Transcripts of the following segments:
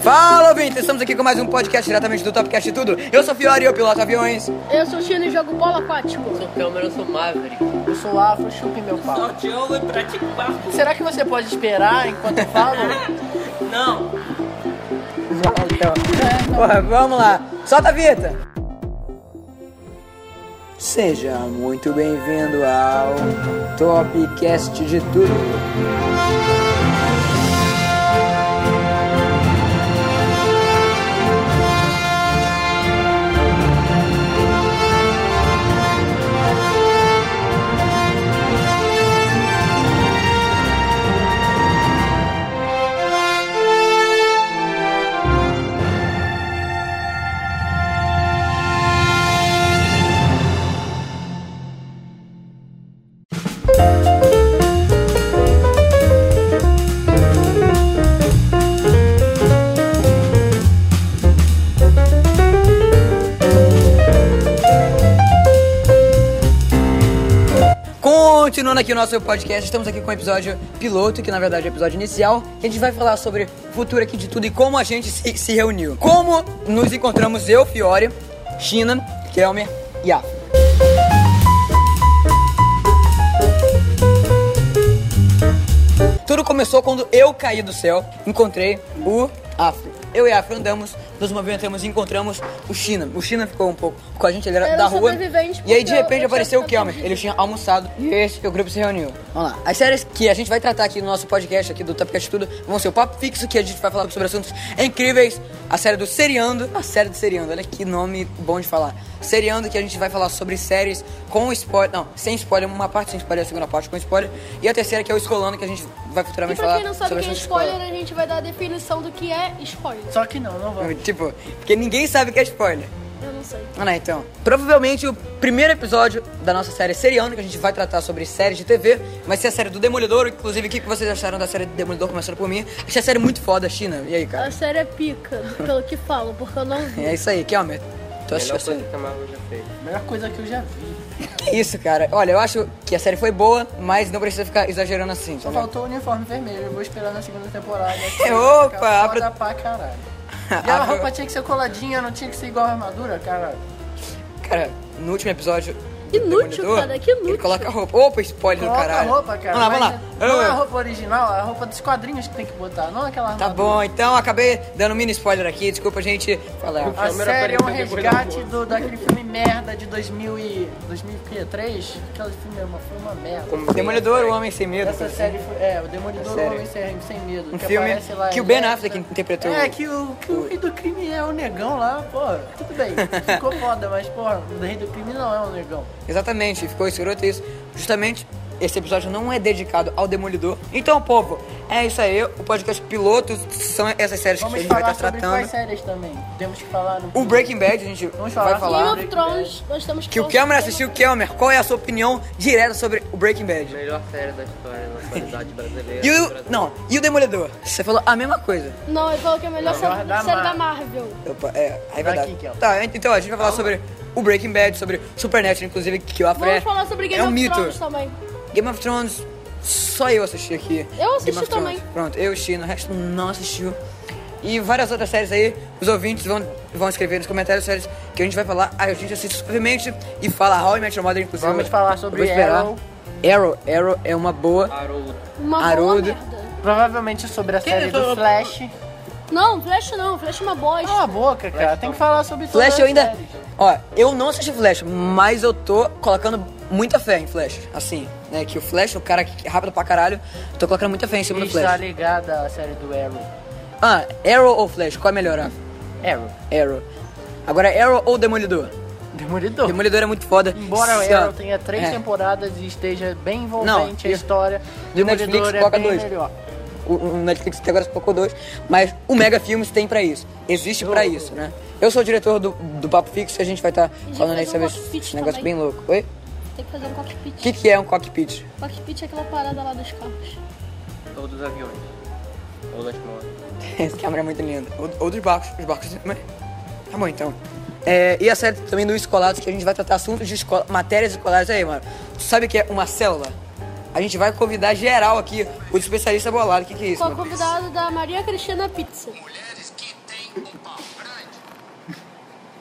Fala, ouvintes! Estamos aqui com mais um podcast diretamente do Topcast Tudo. Eu sou Fiore, eu piloto aviões. Eu sou Chino e jogo polo aquático. Eu sou Câmara, eu sou Maverick. Eu sou Afro, chupe meu pau. Sou Tiolo e pratico parkour. Será que você pode esperar enquanto eu falo? Não. Porra, vamos lá. Solta a vinheta. Seja muito bem-vindo ao Topcast de Tudo. Continuando aqui o nosso podcast, estamos aqui com o episódio piloto, que na verdade é o episódio inicial, que a gente vai falar sobre o futuro aqui de tudo e como a gente se reuniu. Como nos encontramos eu, Fiore, China, Kelmer e Afro. Tudo começou quando eu caí do céu, encontrei o Afro. Eu e a Afro andamos, nos movimentamos e encontramos o China. O China ficou um pouco com a gente, ele era da rua. E aí de repente apareceu o Kelmer. Ele tinha almoçado e esse o grupo se reuniu. Vamos lá. As séries que a gente vai tratar aqui no nosso podcast, aqui do Topcast Tudo, vão ser o Papo Fixo, que a gente vai falar sobre assuntos incríveis. A série do Seriando. A série do Seriando, olha que nome bom de falar. Seriando, que a gente vai falar sobre séries com spoiler. Não, sem spoiler, uma parte sem spoiler, a segunda parte com spoiler. E a terceira, que é o Escolando, que a gente vai futuramente falar sobre. E pra quem não sabe o que é spoiler, a gente vai dar a definição do que é spoiler. Só que não vamos. Tipo, porque ninguém sabe o que é spoiler. Eu não sei. Ah, não, então. Provavelmente o primeiro episódio da nossa série Seriando, que a gente vai tratar sobre séries de TV, vai ser a série do Demolidor. Inclusive, o que vocês acharam da série do Demolidor, começando por mim? Achei a série muito foda, China. E aí, cara? A série é pica, pelo que falam, porque eu não vi. É isso aí, Kelmer. Tu assistiu Melhor a série? coisa que a Marvel já fez. Melhor coisa que eu já vi. Que isso, cara? Olha, eu acho que a série foi boa, mas não precisa ficar exagerando assim, Só entendeu? faltou o uniforme vermelho. Eu vou esperar na segunda temporada. Opa, Foda pra caralho. E a roupa tinha que ser coladinha, não tinha que ser igual a armadura, caralho. Cara, no último episódio... Inútil, Demolidor, cara, que inútil. Ele coloca a roupa. Opa, spoiler do Coloca caralho. a roupa, cara. Vamos lá. Não é a roupa original, é a roupa dos quadrinhos que tem que botar, não aquela Tá armadura. bom, então acabei dando um mini spoiler aqui. Desculpa, gente. Fala. A série é um resgate daquele filme merda de 2003. Aquele filme foi uma merda. Como Demolidor, bem, o Homem Sem Medo. Essa série foi, o Demolidor, o Homem Sem Medo. Um que filme aparece lá que em o Ben Jackson. Affleck interpretou. É, que o rei do crime é o negão lá, porra. Tudo bem, ficou foda, mas, porra, o rei do crime não é um negão. Exatamente, ficou escroto isso. Justamente, esse episódio não é dedicado ao Demolidor. Então, povo, é isso aí. O podcast piloto são essas séries que a Vamos gente vai falar estar sobre quais tratando. séries também. Temos que falar no... O Breaking Bad, a gente Vamos vai falar falar. Game of Thrones, nós temos Que o Kelmer assistiu. Kelmer, qual é a sua opinião direta sobre o Breaking Bad? Melhor série da história na atualidade brasileira. E o Demolidor? Você falou a mesma coisa. Não, ele falou que é a melhor série da da Marvel. Opa, aí vai Vai dar. aqui, Kelmer. Tá, então a gente vai falar sobre o Breaking Bad, sobre Supernatural, inclusive, que o Afro Vamos falar sobre Game é um of mito. Thrones também. Game of Thrones, só eu assisti aqui. Eu assisti Game of Thrones. também. Pronto, eu e o Chino, o resto não assistiu. E várias outras séries aí, os ouvintes vão escrever nos comentários séries que a gente vai falar. A gente assiste suavemente e fala How I Met Your Mother, inclusive. Vamos falar sobre Eu vou esperar. Arrow. Arrow é uma boa. Haroldo. Uma boa Haroldo. merda. Provavelmente sobre a série do Flash. Não, Flash não, Flash é uma bosta. Cala a boca, cara. Tem que falar sobre todas Flash eu as ainda... séries. Ó, eu não assisti Flash, mas eu tô colocando muita fé em Flash. Assim, né, que o Flash, o cara que é rápido pra caralho, tô colocando muita fé em cima do Está Flash. ligada à série do Arrow. Ah, Arrow ou Flash? Qual é melhor? Arrow. Arrow. Agora, Arrow ou Demolidor? Demolidor. Demolidor é muito foda. Embora o Se, ó, Arrow tenha 3 temporadas e esteja bem envolvente Não, a história, do Netflix Demolidor é coloca bem 2. melhor. O Netflix até agora colocou 2, mas o Mega Filmes tem pra isso. Existe pra isso, né? Eu sou o diretor do Papo Fixo e a gente vai estar falando aí sobre esse negócio bem louco. Oi? Tem que fazer um cockpit. O que é um cockpit? Cockpit é aquela parada lá dos carros. Ou dos aviões. Ou das motos. Essa câmera é muito linda. Ou dos barcos. Os barcos também. Tá bom, então. E a série também do Escolados, que a gente vai tratar assuntos de escola, matérias escolares aí, mano. Tu sabe o que é uma célula? A gente vai convidar geral aqui, o especialista bolado. O que é isso? Com o mano? convidado da Maria Cristina Pizza. Mulheres que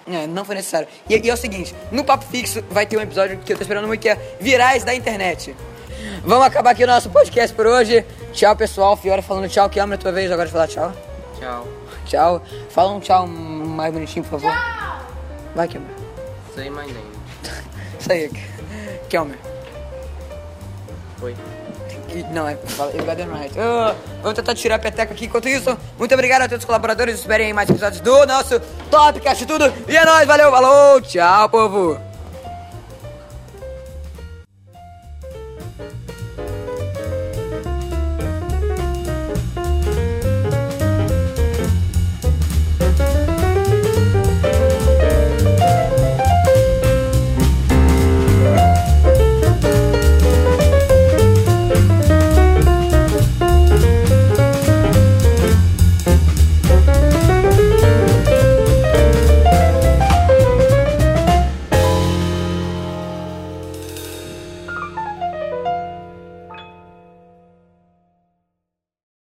Não foi necessário. E é o seguinte, no Papo Fixo vai ter um episódio que eu tô esperando muito, que é Virais da Internet. Vamos acabar aqui o nosso podcast por hoje. Tchau, pessoal. Fiora falando tchau. Que ama a tua vez agora de falar tchau. Tchau. Tchau. Fala um tchau mais bonitinho, por favor. Tchau! Vai, Kelmer. Say my name. Isso aí. Kelmer. Oi. Não, eu got it right. Vamos tentar tirar a peteca aqui. Enquanto isso, muito obrigado a todos os colaboradores. Esperem mais episódios do nosso Topcast Tudo. E é nóis, valeu, falou. Tchau, povo.